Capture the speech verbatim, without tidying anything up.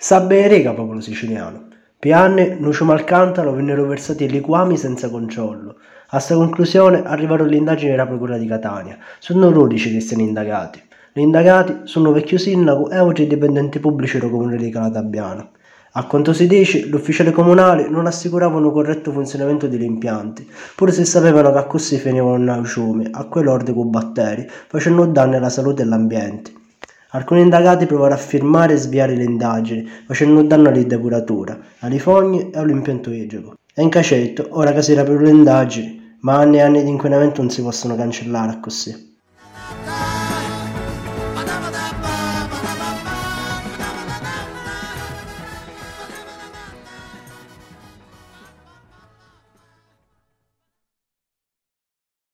Sabbe e rega, popolo siciliano. Pianne, Nucio Malcantalo vennero versati ai liquami senza controllo. A sta conclusione arrivarono le indagini della procura di Catania. Sono dodici che siano indagati. Gli indagati sono un vecchio sindaco e altri dipendenti pubblici del comune di Calatabbiano. A quanto si dice, l'ufficiale comunale non assicurava un corretto funzionamento degli impianti, pur se sapevano che a così finivano i ciumi, a quell'orde con batteri, facendo danni alla salute e all'ambiente. Alcuni indagati provarono a firmare e sviare le indagini, facendo danno all'indepuratura, alle fogne e all'impianto idrico. E in cacetto, ora che si riaprono le indagini, ma anni e anni di inquinamento non si possono cancellare così.